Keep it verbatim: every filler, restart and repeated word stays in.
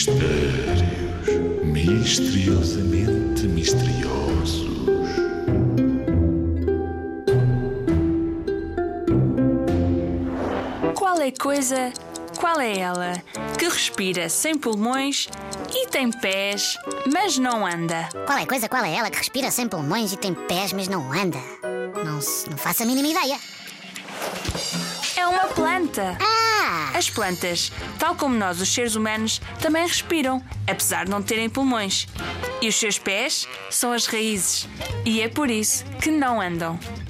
Mistérios misteriosamente misteriosos. Qual é coisa, qual é ela, que respira sem pulmões e tem pés, mas não anda? Qual é coisa, qual é ela que respira sem pulmões e tem pés, mas não anda? Não, se- não faço a mínima ideia. É uma planta! Ah! As plantas, tal como nós, os seres humanos, também respiram, apesar de não terem pulmões. E os seus pés são as raízes. E é por isso que não andam.